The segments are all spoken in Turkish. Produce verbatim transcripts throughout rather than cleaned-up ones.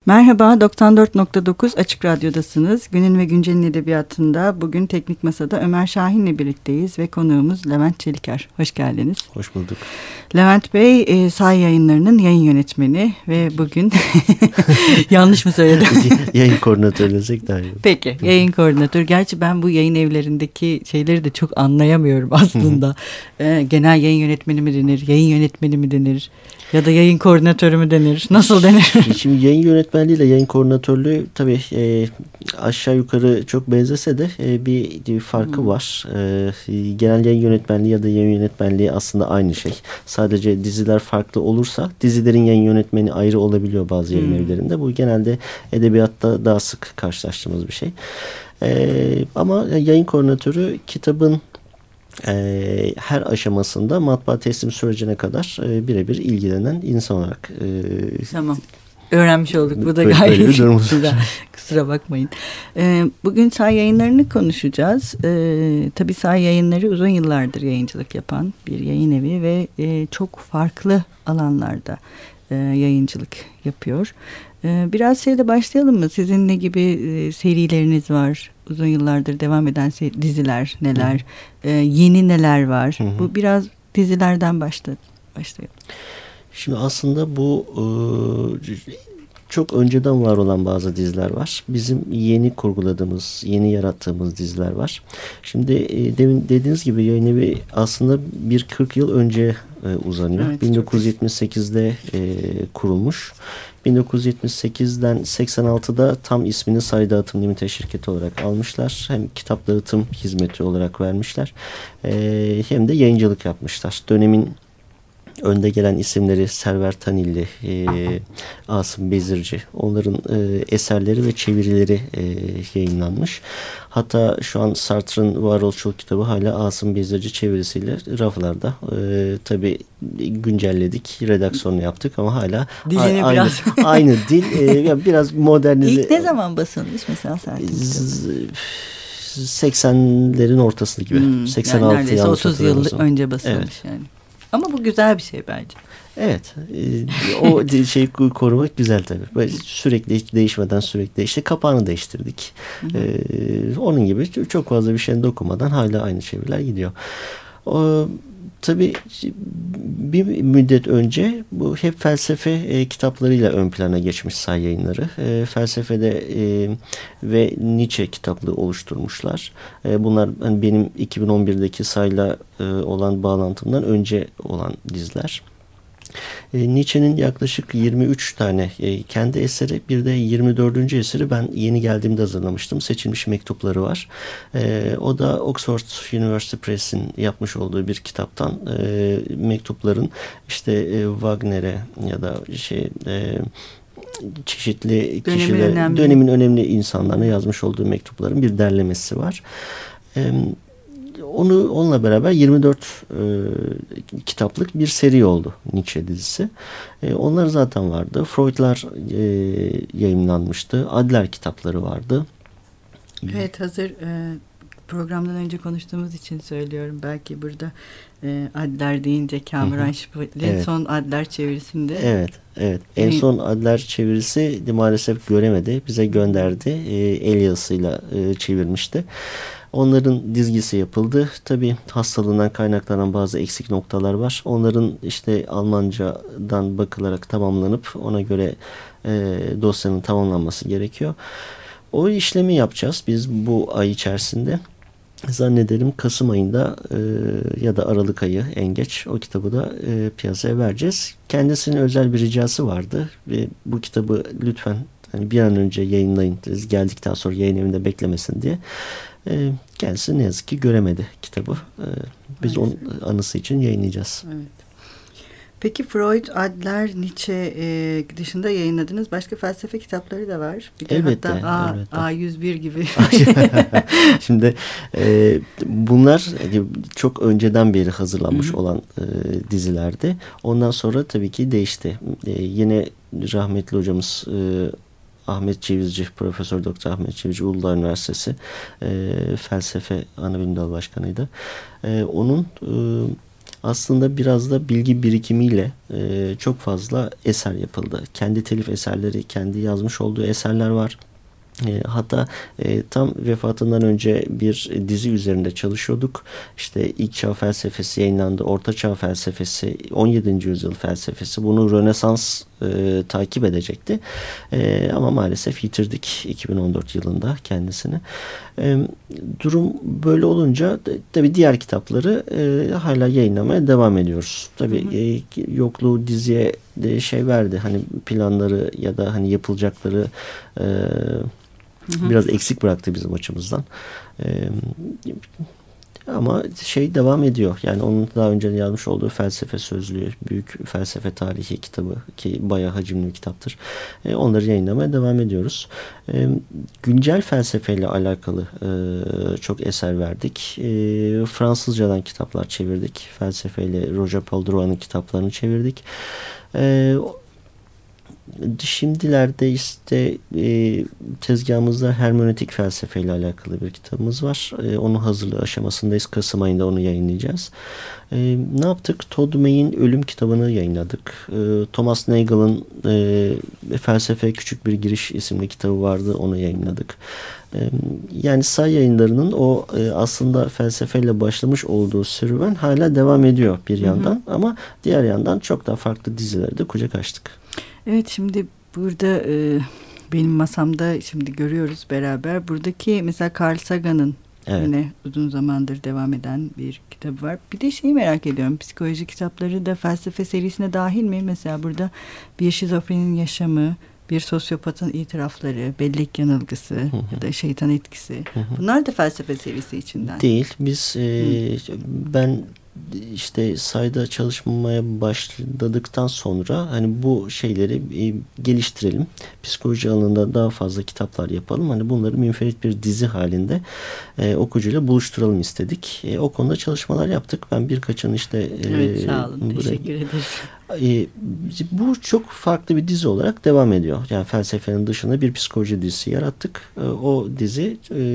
Merhaba, doksan dört nokta dokuz Açık Radyo'dasınız. Günün ve Güncel'in edebiyatında bugün Teknik Masa'da Ömer Şahin'le birlikteyiz ve konuğumuz Levent Çeliker. Hoş geldiniz. Hoş bulduk. Levent Bey, e, Say Yayınları'nın yayın yönetmeni ve bugün yanlış mı söyledim? Yayın koordinatörü desek daha iyi. Peki, yayın koordinatörü. Gerçi ben bu yayın evlerindeki şeyleri de çok anlayamıyorum aslında. e, genel yayın yönetmeni mi denir, yayın yönetmeni mi denir? Ya da yayın koordinatörü mü denir? Nasıl denir? Şimdi yayın yönetmenliği ile yayın koordinatörlüğü tabii e, aşağı yukarı çok benzese de e, bir, bir farkı hmm. var. E, genel yayın yönetmenliği ya da yayın yönetmenliği aslında aynı şey. Sadece diziler farklı olursa dizilerin yayın yönetmeni ayrı olabiliyor bazı yayın hmm. evlerinde. Bu genelde edebiyatta daha sık karşılaştığımız bir şey. E, ama yayın koordinatörü kitabın Ee, her aşamasında matbaa teslim sürecine kadar e, birebir ilgilenen insan olarak. E, tamam. Öğrenmiş olduk. Bu da gayet güzel. Kusura bakmayın. Ee, bugün Say Yayınları'nı konuşacağız. Ee, tabii Say Yayınları uzun yıllardır yayıncılık yapan bir yayın evi ve e, çok farklı alanlarda e, yayıncılık yapıyor. Ee, biraz şeyle başlayalım mı? Sizin ne gibi e, serileriniz var? Uzun yıllardır devam eden diziler neler? Ee, yeni neler var? Hı hı. Bu biraz dizilerden başla, başlayalım. Şimdi aslında bu e, çok önceden var olan bazı diziler var. Bizim yeni kurguladığımız, yeni yarattığımız diziler var. Şimdi e, demin dediğiniz gibi yayın evi aslında bir kırk yıl önce e, uzanıyor. Evet, bin dokuz yüz yetmiş sekizde e, kurulmuş. bin dokuz yüz yetmiş sekizden seksen altıda tam ismini Say Dağıtım Limited şirketi olarak almışlar. Hem kitap dağıtım hizmeti olarak vermişler. E, hem de yayıncılık yapmışlar. Dönemin önde gelen isimleri Server Tanilli, e, Asım Bezirci, onların e, eserleri ve çevirileri e, yayınlanmış. Hatta şu an Sartre'ın Varoluşçuluk kitabı hala Asım Bezirci çevirisiyle raflarda. E, tabii güncelledik, redaksiyonu yaptık ama hala a- aynı, biraz. aynı dil. E, biraz modernize. İlk ne zaman basılmış mesela Sartre'ın seksenlerin ortası gibi. Hmm, seksen altı yani neredeyse otuz yıl önce basılmış evet. Yani. Ama bu güzel bir şey bence. Evet. E, o şeyi korumak güzel tabii. Böyle sürekli değişmeden sürekli işte kapağını değiştirdik. E, onun gibi çok fazla bir şeyin dokunmadan hala aynı çeviriler gidiyor. O, tabii bir müddet önce bu hep felsefe e, kitaplarıyla ön plana geçmiş Say Yayınları. E, felsefede e, ve Nietzsche kitaplığı oluşturmuşlar. E, bunlar hani benim iki bin on birdeki Say'la e, olan bağlantımdan önce olan diziler. E, Nietzsche'nin yaklaşık yirmi üç tane e, kendi eseri, bir de yirmi dördüncü eseri ben yeni geldiğimde hazırlamıştım. Seçilmiş mektupları var. E, o da Oxford University Press'in yapmış olduğu bir kitaptan e, mektupların işte e, Wagner'e ya da şey e, çeşitli dönemin kişilere, önemli. dönemin önemli insanlarına yazmış olduğu mektupların bir derlemesi var. E, Onu onunla beraber yirmi dört e, kitaplık bir seri oldu Nietzsche dizisi. E, onlar zaten vardı. Freud'lar e, yayımlanmıştı. Adler kitapları vardı. Evet, hazır e, programdan önce konuştuğumuz için söylüyorum. Belki burada e, Adler deyince Kamuran Şüpheli'nin evet. son Adler çevirisinde. Evet, evet. En son Adler çevirisi maalesef göremedi. Bize gönderdi. E, el yazısıyla e, çevirmişti. Onların dizgisi yapıldı. Tabii hastalığından kaynaklanan bazı eksik noktalar var. Onların işte Almancadan bakılarak tamamlanıp ona göre e, dosyanın tamamlanması gerekiyor. O işlemi yapacağız biz bu ay içerisinde. Zannederim Kasım ayında e, ya da Aralık ayı en geç o kitabı da e, piyasaya vereceğiz. Kendisinin özel bir ricası vardı ve bu kitabı lütfen hani bir an önce yayınlayın. Geldikten sonra yayın evinde beklemesin diye. E, kendisi ne yazık ki göremedi kitabı. E, biz evet. onun anısı için yayınlayacağız. Evet. Peki Freud, Adler, Nietzsche e, dışında yayınladığınız başka felsefe kitapları da var. Bir de elbette, hatta A, elbette. A yüz bir gibi. Şimdi e, bunlar çok önceden beri hazırlanmış Hı-hı. olan e, dizilerdi. Ondan sonra tabii ki değişti. E, yine rahmetli hocamız e, Ahmet Cevizci, Profesör Doktor Ahmet Cevizci Uludağ Üniversitesi e, felsefe anabilim dal başkanıydı. E, onun e, aslında biraz da bilgi birikimiyle e, çok fazla eser yapıldı. Kendi telif eserleri, kendi yazmış olduğu eserler var. E, hatta e, tam vefatından önce bir dizi üzerinde çalışıyorduk. İşte ilk çağ felsefesi yayınlandı. Orta çağ felsefesi, on yedinci yüzyıl felsefesi. Bunu Rönesans e, takip edecekti. E, ama maalesef yitirdik iki bin on dört yılında kendisini. E, durum böyle olunca tabii diğer kitapları e, hala yayınlamaya devam ediyoruz. Tabii hı hı. E, yokluğu diziye de şey verdi. Hani planları ya da hani yapılacakları e, biraz eksik bıraktı bizim açımızdan. Ee, ama şey devam ediyor. Yani onun daha önce yazmış olduğu felsefe sözlüğü, büyük felsefe tarihi kitabı ki bayağı hacimli bir kitaptır. Ee, onları yayınlamaya devam ediyoruz. Ee, güncel felsefeyle alakalı e, çok eser verdik. E, Fransızcadan kitaplar çevirdik. Felsefeyle Roger Paul Drouin'in kitaplarını çevirdik. E, Şimdilerde işte e, tezgahımızda hermenötik felsefeyle alakalı bir kitabımız var. E, onun hazırlığı aşamasındayız. Kasım ayında onu yayınlayacağız. E, ne yaptık? Todd May'in Ölüm kitabını yayınladık. E, Thomas Nagel'ın e, Felsefe Küçük Bir Giriş isimli kitabı vardı. Onu yayınladık. E, yani Say Yayınları'nın o e, aslında felsefeyle başlamış olduğu serüven hala devam ediyor bir yandan. Hı hı. Ama diğer yandan çok daha farklı dizileri de kucak açtık. Evet, şimdi burada e, benim masamda şimdi görüyoruz beraber. Buradaki mesela Carl Sagan'ın evet. yine uzun zamandır devam eden bir kitabı var. Bir de şeyi merak ediyorum. Psikoloji kitapları da felsefe serisine dahil mi? Mesela burada bir şizofrenin yaşamı, bir sosyopatın itirafları, bellek yanılgısı hı hı. ya da şeytan etkisi. Hı hı. Bunlar da felsefe serisi içinden. Değil. Biz e, ben işte sayda çalışmaya başladıktan sonra hani bu şeyleri e, geliştirelim. Psikoloji alanında daha fazla kitaplar yapalım. Hani bunları münferit bir dizi halinde e, okuyucuyla buluşturalım istedik. E, o konuda çalışmalar yaptık. Ben birkaçını işte e, evet, sağ olun. Buraya, teşekkür ederiz. E, bu çok farklı bir dizi olarak devam ediyor. Yani felsefenin dışında bir psikoloji dizisi yarattık. E, o dizi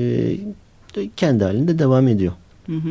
e, kendi halinde devam ediyor. Hı hı.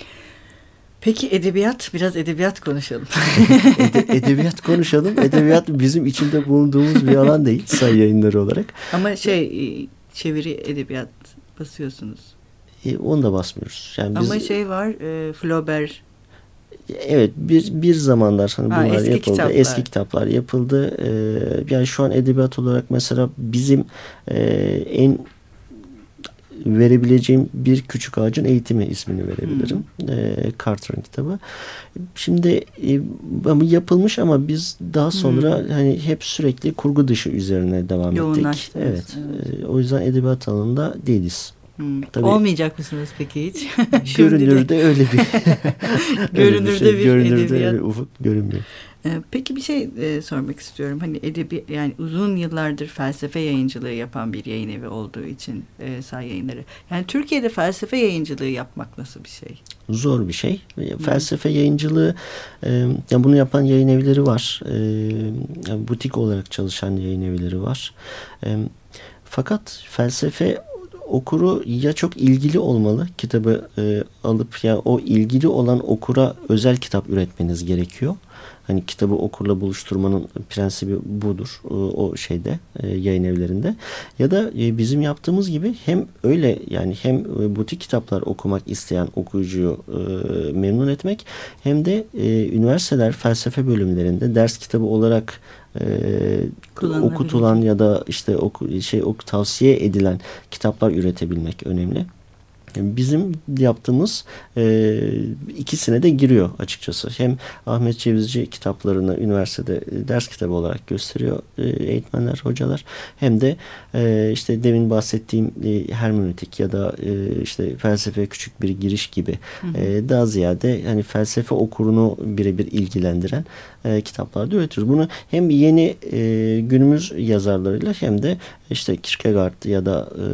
Peki edebiyat, biraz edebiyat konuşalım. Ede, edebiyat konuşalım. Edebiyat bizim içinde bulunduğumuz bir alan değil, Say Yayınları olarak. Ama şey, çeviri edebiyat basıyorsunuz. E, onu da basmıyoruz. Yani biz, ama şey var, e, Flaubert. Evet, bir bir zamanlar hani bunlar ha, eski yapıldı. Kitaplar. Eski kitaplar yapıldı. E, yani şu an edebiyat olarak mesela bizim e, en verebileceğim Bir Küçük Ağacın Eğitimi ismini verebilirim. Hmm. E, Carter'ın kitabı. Şimdi e, yapılmış ama biz daha sonra hmm. hani hep sürekli kurgu dışı üzerine devam ettik. Evet. evet. E, o yüzden edebiyat alanında değiliz. Hmm. Tabii, olmayacak mısınız peki hiç? Görünürde öyle bir görünürde bir, şey, bir görünürde edebiyat. Bir ufuk görünmüyor. Peki bir şey e, sormak istiyorum. Hani edebi yani uzun yıllardır felsefe yayıncılığı yapan bir yayın evi olduğu için e, Say Yayınları. Yani Türkiye'de felsefe yayıncılığı yapmak nasıl bir şey? Zor bir şey. Hmm. Felsefe yayıncılığı e, yani bunu yapan yayın evleri var. E, yani butik olarak çalışan yayın evleri var. E, fakat felsefe okuru ya çok ilgili olmalı kitabı e, alıp ya o ilgili olan okura özel kitap üretmeniz gerekiyor. Hani kitabı okurla buluşturmanın prensibi budur o, o şeyde e, yayın evlerinde. Ya da e, bizim yaptığımız gibi hem öyle yani hem e, butik kitaplar okumak isteyen okuyucuyu e, memnun etmek hem de e, üniversiteler felsefe bölümlerinde ders kitabı olarak e, okutulan ya da işte oku, şey ok, tavsiye edilen kitaplar üretebilmek önemli. Bizim yaptığımız e, ikisine de giriyor açıkçası. Hem Ahmet Cevizci kitaplarını üniversitede ders kitabı olarak gösteriyor e, eğitmenler, hocalar. Hem de e, işte demin bahsettiğim e, hermenötik ya da e, işte felsefe küçük bir giriş gibi hı hı. E, daha ziyade hani felsefe okurunu birebir ilgilendiren e, kitaplarda üretiyoruz. Bunu hem yeni e, günümüz yazarlarıyla hem de işte Kierkegaard ya da e,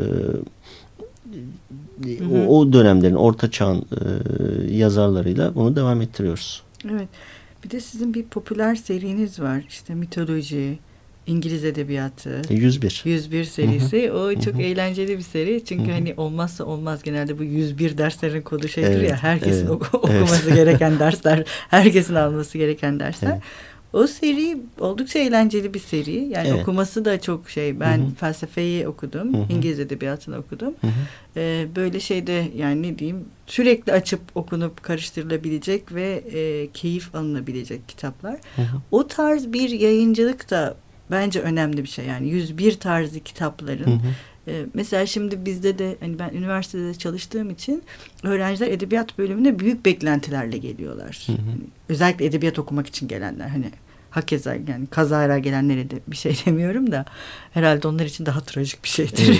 Hı hı. o dönemlerin orta çağın e, yazarlarıyla bunu devam ettiriyoruz. Evet. Bir de sizin bir popüler seriniz var. İşte mitoloji, İngiliz Edebiyatı. yüz bir. yüz bir serisi. Hı hı. O çok hı hı. eğlenceli bir seri. Çünkü hı hı. hani olmazsa olmaz, genelde bu yüz bir derslerin kodu şeydir evet, ya. Herkesin evet, oku- okuması evet. gereken dersler. Herkesin alması gereken dersler. Evet. O seri oldukça eğlenceli bir seri. Yani evet. okuması da çok şey. Ben hı hı. felsefeyi okudum. Hı hı. İngiliz Edebiyatı'nı okudum. Hı hı. Ee, böyle şeyde, yani ne diyeyim, sürekli açıp okunup karıştırılabilecek ve e, keyif alınabilecek kitaplar. Hı hı. O tarz bir yayıncılık da bence önemli bir şey. Yani yüz bir tarzı kitapların. Hı hı. Ee, mesela şimdi bizde de, hani ben üniversitede çalıştığım için öğrenciler edebiyat bölümüne büyük beklentilerle geliyorlar. Hı hı. Yani özellikle edebiyat okumak için gelenler, hani hakeza yani kazara gelenlere de bir şey demiyorum da herhalde onlar için daha trajik bir şeydir.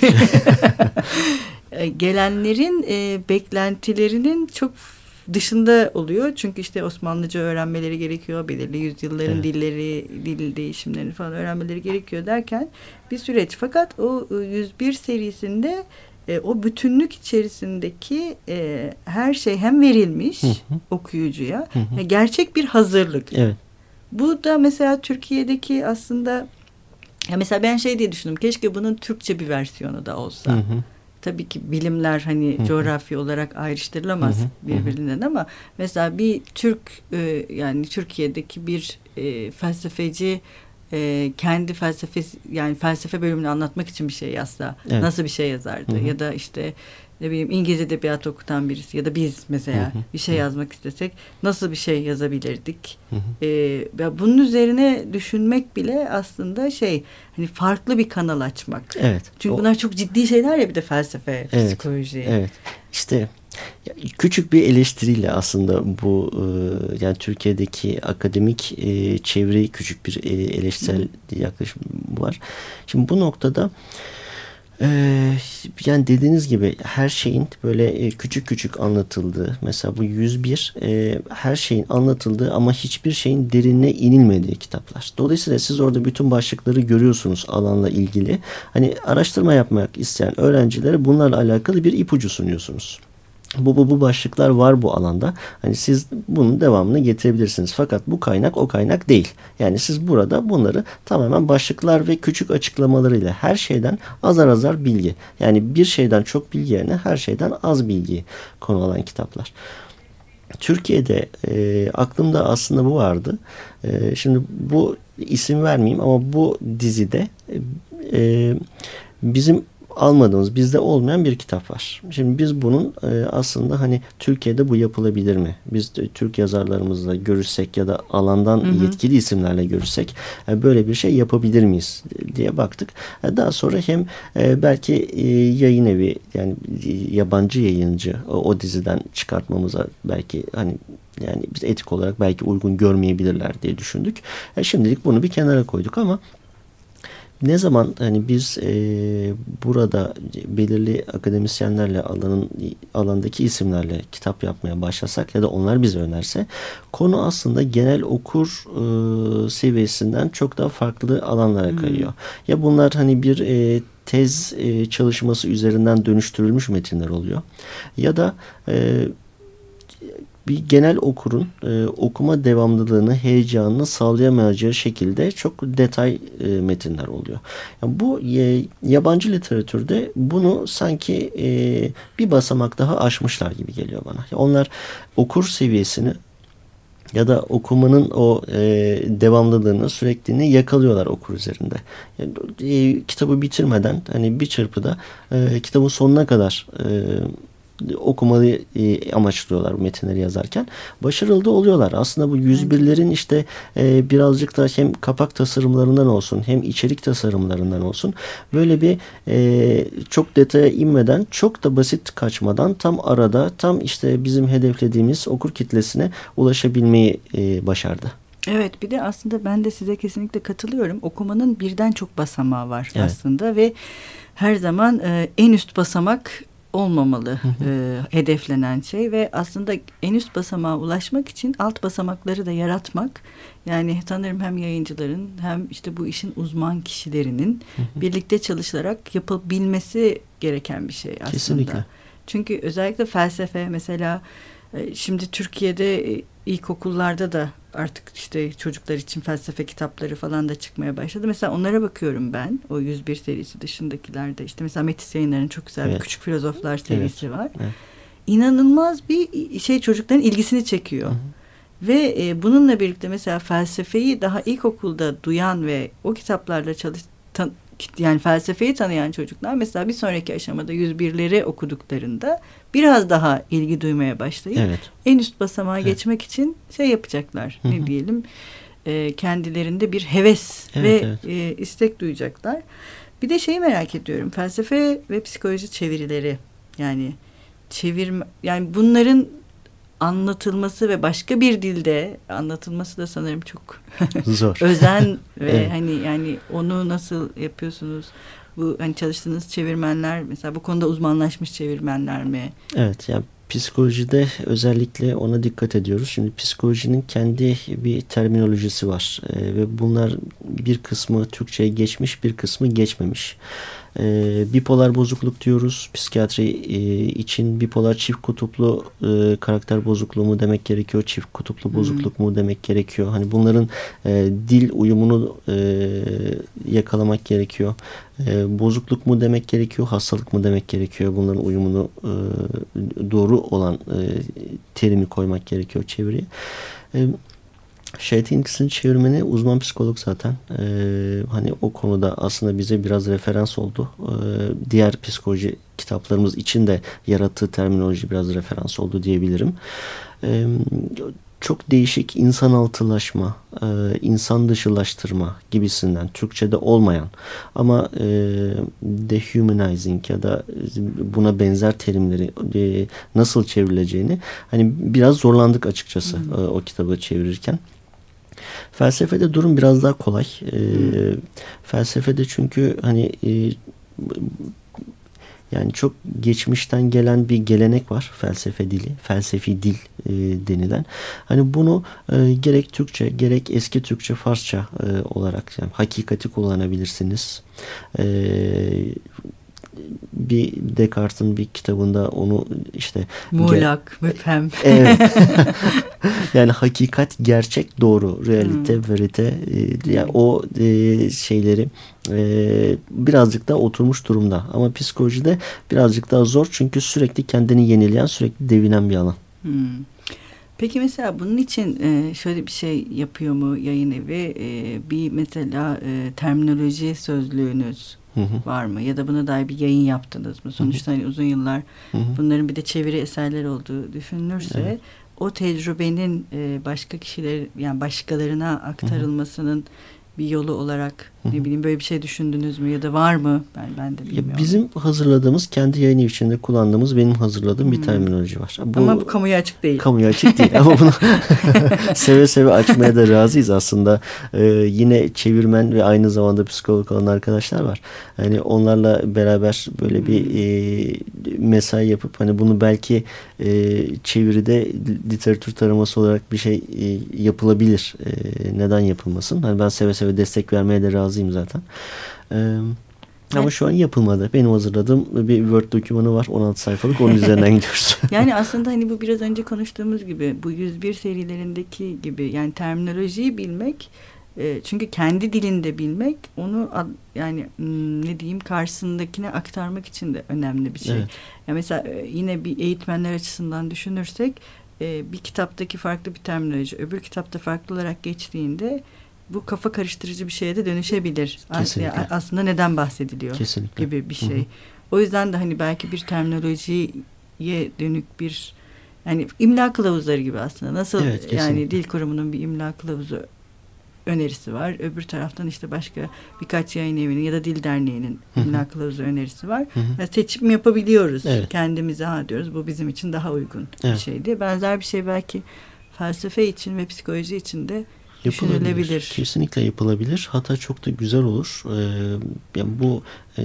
Evet. Gelenlerin e, beklentilerinin çok dışında oluyor. Çünkü işte Osmanlıca öğrenmeleri gerekiyor. Belirli yüzyılların evet. dilleri, dil değişimlerini falan öğrenmeleri gerekiyor derken bir süreç. Fakat o yüz bir serisinde e, o bütünlük içerisindeki e, her şey hem verilmiş hı hı. okuyucuya. Hı hı. Gerçek bir hazırlık. Evet. Bu da mesela Türkiye'deki aslında, ya mesela ben şey diye düşündüm. Keşke bunun Türkçe bir versiyonu da olsa. Hı hı. Tabii ki bilimler hani hı hı. coğrafi olarak ayrıştırılamaz hı hı. birbirinden ama mesela bir Türk e, yani Türkiye'deki bir e, felsefeci e, kendi felsefesi, yani felsefe bölümünü anlatmak için bir şey yazsa evet. nasıl bir şey yazardı? Hı hı. Ya da işte ne bileyim İngiliz edebiyatı okutan birisi ya da biz mesela hı hı. bir şey yazmak istesek nasıl bir şey yazabilirdik? Hı hı. Ee, bunun üzerine düşünmek bile aslında şey, hani farklı bir kanal açmak. Evet. Çünkü o, bunlar çok ciddi şeyler ya, bir de felsefe, evet, psikoloji. Evet. İşte küçük bir eleştiriyle aslında bu yani Türkiye'deki akademik çevreyi küçük bir eleştirel hı. yaklaşım var. Şimdi bu noktada Ee, yani dediğiniz gibi her şeyin böyle küçük küçük anlatıldığı, mesela bu yüz bir e, her şeyin anlatıldığı ama hiçbir şeyin derinine inilmediği kitaplar. Dolayısıyla siz orada bütün başlıkları görüyorsunuz alanla ilgili. Hani araştırma yapmak isteyen öğrencilere bunlarla alakalı bir ipucu sunuyorsunuz. Bu, bu, bu başlıklar var bu alanda. Hani siz bunun devamını getirebilirsiniz. Fakat bu kaynak o kaynak değil. Yani siz burada bunları tamamen başlıklar ve küçük açıklamalarıyla her şeyden azar azar bilgi. Yani bir şeyden çok bilgi yerine her şeyden az bilgiyi konu alan kitaplar. Türkiye'de e, aklımda aslında bu vardı. E, şimdi bu isim vermeyeyim ama bu dizide e, bizim almadığımız, bizde olmayan bir kitap var. Şimdi biz bunun e, aslında hani Türkiye'de bu yapılabilir mi? Biz de, Türk yazarlarımızla görüşsek ya da alandan hı hı. yetkili isimlerle görüşsek e, böyle bir şey yapabilir miyiz diye baktık. E, daha sonra hem e, belki e, yayın evi, yani yabancı yayıncı o, o diziden çıkartmamıza belki hani yani biz etik olarak belki uygun görmeyebilirler diye düşündük. E, şimdilik bunu bir kenara koyduk ama ne zaman hani biz e, burada belirli akademisyenlerle alanın alandaki isimlerle kitap yapmaya başlasak ya da onlar bize önerse, konu aslında genel okur e, seviyesinden çok daha farklı alanlara kayıyor. Hmm. Ya bunlar hani bir e, tez e, çalışması üzerinden dönüştürülmüş metinler oluyor ya da e, bir genel okurun e, okuma devamlılığını, heyecanını sağlayamayacağı şekilde çok detay e, metinler oluyor. Yani bu e, yabancı literatürde bunu sanki e, bir basamak daha aşmışlar gibi geliyor bana. Yani onlar okur seviyesini ya da okumanın o e, devamlılığını, sürekliliğini yakalıyorlar okur üzerinde. Yani, e, kitabı bitirmeden hani bir çırpıda e, kitabın sonuna kadar e, okumayı e, amaçlıyorlar bu metinleri yazarken. Başarılı da oluyorlar. Aslında bu yüz birlerin işte e, birazcık da hem kapak tasarımlarından olsun hem içerik tasarımlarından olsun böyle bir e, çok detaya inmeden, çok da basit kaçmadan tam arada, tam işte bizim hedeflediğimiz okur kitlesine ulaşabilmeyi e, başardı. Evet, bir de aslında ben de size kesinlikle katılıyorum. Okumanın birden çok basamağı var evet. aslında ve her zaman e, en üst basamak olmamalı hı hı. E, hedeflenen şey ve aslında en üst basamağa ulaşmak için alt basamakları da yaratmak, yani sanırım hem yayıncıların hem işte bu işin uzman kişilerinin hı hı. birlikte çalışarak yapabilmesi gereken bir şey aslında. Kesinlikle. Çünkü özellikle felsefe mesela e, şimdi Türkiye'de e, ilkokullarda da artık işte çocuklar için felsefe kitapları falan da çıkmaya başladı. Mesela onlara bakıyorum ben. O yüz bir serisi dışındakilerde. İşte mesela Metis Yayınları'nın çok güzel evet. bir Küçük Filozoflar serisi evet. var. Evet. İnanılmaz bir şey çocukların ilgisini çekiyor. Hı hı. Ve e, bununla birlikte mesela felsefeyi daha ilkokulda duyan ve o kitaplarla çalış tan- yani felsefeyi tanıyan çocuklar mesela bir sonraki aşamada yüz birleri okuduklarında biraz daha ilgi duymaya başlayıp evet. en üst basamağa evet. geçmek için şey yapacaklar. Hı hı. Ne diyelim e, kendilerinde bir heves evet, ve evet. E, istek duyacaklar. Bir de şeyi merak ediyorum. Felsefe ve psikoloji çevirileri yani çevirme yani bunların anlatılması ve başka bir dilde anlatılması da sanırım çok zor. özen ve evet. hani yani onu nasıl yapıyorsunuz? Bu hani çalıştığınız çevirmenler mesela bu konuda uzmanlaşmış çevirmenler mi? Evet yani psikolojide özellikle ona dikkat ediyoruz. Şimdi psikolojinin kendi bir terminolojisi var ee, ve bunlar bir kısmı Türkçe'ye geçmiş, bir kısmı geçmemiş. Ee, bipolar bozukluk diyoruz. Psikiyatri e, için bipolar çift kutuplu e, karakter bozukluğu mu demek gerekiyor? Çift kutuplu bozukluk hmm. mu demek gerekiyor? Hani bunların e, dil uyumunu e, yakalamak gerekiyor. E, bozukluk mu demek gerekiyor? Hastalık mı demek gerekiyor? Bunların uyumunu e, doğru olan e, terimi koymak gerekiyor çeviriye. E, Şeytan İlgisi'nin çevirmeni uzman psikolog zaten. Ee, hani o konuda aslında bize biraz referans oldu. Ee, diğer psikoloji kitaplarımız için de yarattığı terminoloji biraz referans oldu diyebilirim. Ee, çok değişik insanaltılaşma, e, insan dışılaştırma gibisinden Türkçe'de olmayan ama e, dehumanizing ya da buna benzer terimleri e, nasıl çevrileceğini hani biraz zorlandık açıkçası hmm. e, o kitabı çevirirken. Felsefede durum biraz daha kolay. E, hmm. Felsefede çünkü hani e, yani çok geçmişten gelen bir gelenek var. Felsefe dili, felsefi dil e, denilen. Hani bunu e, gerek Türkçe, gerek eski Türkçe, Farsça e, olarak yani hakikati kullanabilirsiniz. Eee bir Descartes'in bir kitabında onu işte muğlak, müphem. Evet. Yani hakikat, gerçek, doğru, realite, hmm. verite e, yani o e, şeyleri e, birazcık daha oturmuş durumda. Ama psikolojide birazcık daha zor çünkü sürekli kendini yenileyen, sürekli devinen bir alan. Hmm. Peki mesela bunun için e, şöyle bir şey yapıyor mu yayın evi? E, bir mesela e, terminoloji sözlüğünüz Hı hı. var mı? Ya da buna dair bir yayın yaptınız mı? Sonuçta hani uzun yıllar hı hı. bunların bir de çeviri eserler olduğu düşünülürse evet. o tecrübenin e, başka kişiler yani başkalarına aktarılmasının hı hı. bir yolu olarak Hı-hı. ne bileyim böyle bir şey düşündünüz mü ya da var mı? Ben ben de bilmiyorum. Ya bizim hazırladığımız kendi yayın evi içinde kullandığımız benim hazırladığım hmm. bir terminoloji var. Bu, ama bu kamuya açık değil. Kamuya açık değil ama bunu seve seve açmaya da razıyız aslında. Ee, yine çevirmen ve aynı zamanda psikolog olan arkadaşlar var. Hani onlarla beraber böyle hmm. bir e, mesai yapıp hani bunu belki e, çeviride literatür taraması olarak bir şey e, yapılabilir. E, neden yapılmasın? Hani ben seve seve destek vermeye de razıyım zaten. Ee, evet. Ama şu an yapılmadı. Benim hazırladığım bir Word dokümanı var. on altı sayfalık. Onun üzerinden gidiyoruz. Yani aslında hani bu biraz önce konuştuğumuz gibi bu yüz bir serilerindeki gibi yani terminolojiyi bilmek e, çünkü kendi dilinde bilmek onu ad, yani ne diyeyim karşısındakine aktarmak için de önemli bir şey. Evet. Yani mesela yine bir eğitmenler açısından düşünürsek e, bir kitaptaki farklı bir terminoloji öbür kitapta farklı olarak geçtiğinde bu kafa karıştırıcı bir şeye de dönüşebilir. Kesinlikle. Aslında neden bahsediliyor Kesinlikle. gibi bir şey. Hı hı. O yüzden de hani belki bir terminolojiye dönük bir yani imla kılavuzları gibi aslında. Nasıl evet, yani Dil Kurumu'nun bir imla kılavuzu önerisi var. Öbür taraftan işte başka birkaç yayın evinin ya da Dil Derneği'nin hı hı. imla kılavuzu önerisi var. Hı hı. Yani seçim yapabiliyoruz. Evet. Kendimize ha diyoruz bu bizim için daha uygun evet. bir şeydi. Benzer bir şey belki felsefe için ve psikoloji için de düşünülebilir. Kesinlikle yapılabilir. Hatta çok da güzel olur. Ee, yani bu e,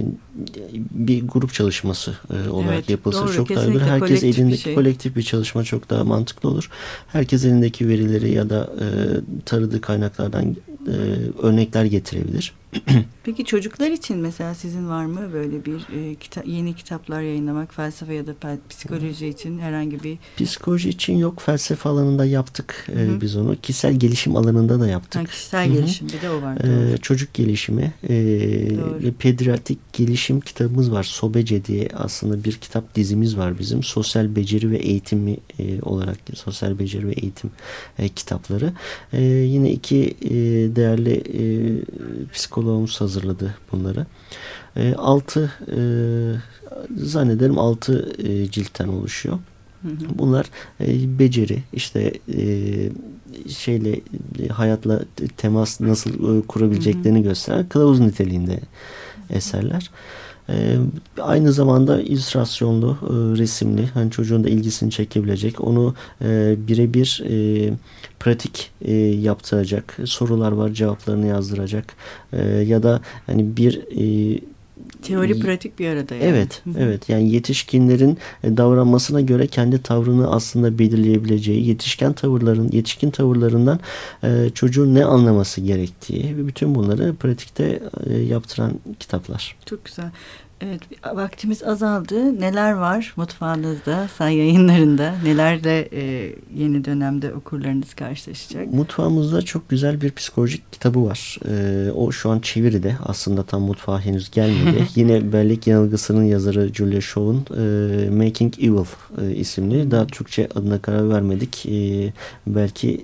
bir grup çalışması e, olarak evet, yapılsa doğru, çok daha iyi olur. Herkes elindeki bir şey. kolektif bir çalışma çok daha mantıklı olur. Herkes elindeki verileri ya da e, taradığı kaynaklardan e, örnekler getirebilir. Peki çocuklar için mesela sizin var mı böyle bir e, kita- yeni kitaplar yayınlamak, felsefe ya da pe- psikoloji için herhangi bir? Psikoloji için yok, felsefe alanında yaptık e, biz onu. Kişisel gelişim alanında da yaptık. Ha, kişisel gelişim bir de o var. E, çocuk gelişimi, e, ve pediatrik gelişim kitabımız var. Sobece diye aslında bir kitap dizimiz var bizim. Sosyal beceri ve eğitimi e, olarak sosyal beceri ve eğitim e, kitapları. E, yine iki e, değerli e, psikologumuz hazırladı bunları. E, altı e, zannederim altı e, ciltten oluşuyor. Hı hı. Bunlar e, beceri, işte e, şeyle e, hayatla temas nasıl e, kurabileceklerini hı hı. gösteren kılavuz niteliğinde eserler. E, aynı zamanda illüstrasyonlu, e, resimli, hani çocuğun da ilgisini çekebilecek, onu e, birebir e, pratik e, yaptıracak sorular var, cevaplarını yazdıracak e, ya da hani bir e, teori pratik bir arada yani. Evet, evet. Yani yetişkinlerin davranmasına göre kendi tavrını aslında belirleyebileceği, yetişkin tavırların, yetişkin tavırlarından e, çocuğun ne anlaması gerektiği ve bütün bunları pratikte e, yaptıran kitaplar. Çok güzel. Evet, vaktimiz azaldı. Neler var mutfağınızda, Say Yayınları'nda? Nelerle e, yeni dönemde okurlarınız karşılaşacak? Mutfağımızda çok güzel bir psikolojik kitabı var. E, o şu an çeviride. Aslında tam mutfağa henüz gelmedi. Yine Bellek Yanılgısı'nın yazarı Julia Shaw'un e, Making Evil e, isimli. Daha Türkçe adına karar vermedik. E, belki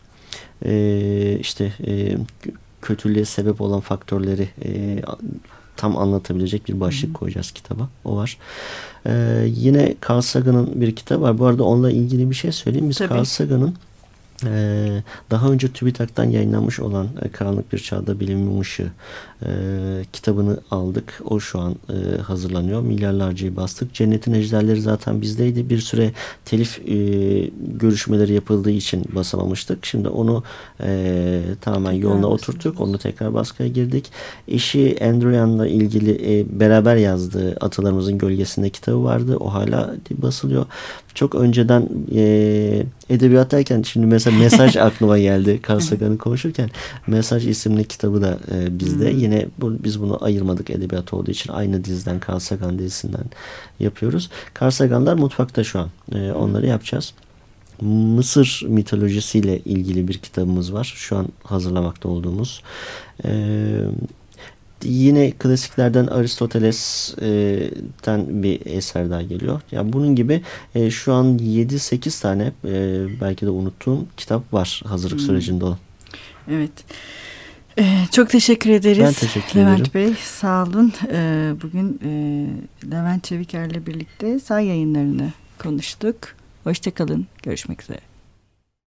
e, işte e, kötülüğe sebep olan faktörleri e, tam anlatabilecek bir başlık Hı-hı. koyacağız kitaba. O var. Ee, yine Carl Sagan'ın bir kitabı var. Bu arada onunla ilgili bir şey söyleyeyim. Biz Tabii. Carl Sagan'ın e, daha önce TÜBİTAK'tan yayınlanmış olan e, Karanlık Bir Çağda Bilimin Işığı e, kitabını aldık. O şu an e, hazırlanıyor. Milyarlarcayı bastık. Cennetin Ejderleri zaten bizdeydi. Bir süre telif e, görüşmeleri yapıldığı için basamamıştık. Şimdi onu e, tamamen tekrar yoluna oturttuk. Onu tekrar baskıya girdik. Eşi Andrean'la ilgili e, beraber yazdığı Atalarımızın Gölgesinde kitabı vardı. O hala basılıyor. Çok önceden e, edebiyattayken şimdi mesela Mesaj aklıma geldi. Carl Sagan'ı konuşurken Mesaj isimli kitabı da e, bizde. Hmm. Yine bu, biz bunu ayırmadık edebiyat olduğu için. Aynı diziden, Carl Sagan dizisinden yapıyoruz. Carl Sagan'lar mutfakta şu an. E, onları yapacağız. Mısır mitolojisiyle ilgili bir kitabımız var. Şu an hazırlamakta olduğumuz. Eee Yine klasiklerden Aristoteles'ten bir eser daha geliyor. Yani bunun gibi e, şu an yedi sekiz tane e, belki de unuttuğum kitap var hazırlık hmm. sürecinde olan. Evet. Ee, çok teşekkür ederiz. Ben teşekkür Levent ederim. Bey sağ olun. Ee, bugün e, Levent Çeviker'le birlikte Say Yayınları'nı konuştuk. Hoşçakalın. Görüşmek üzere.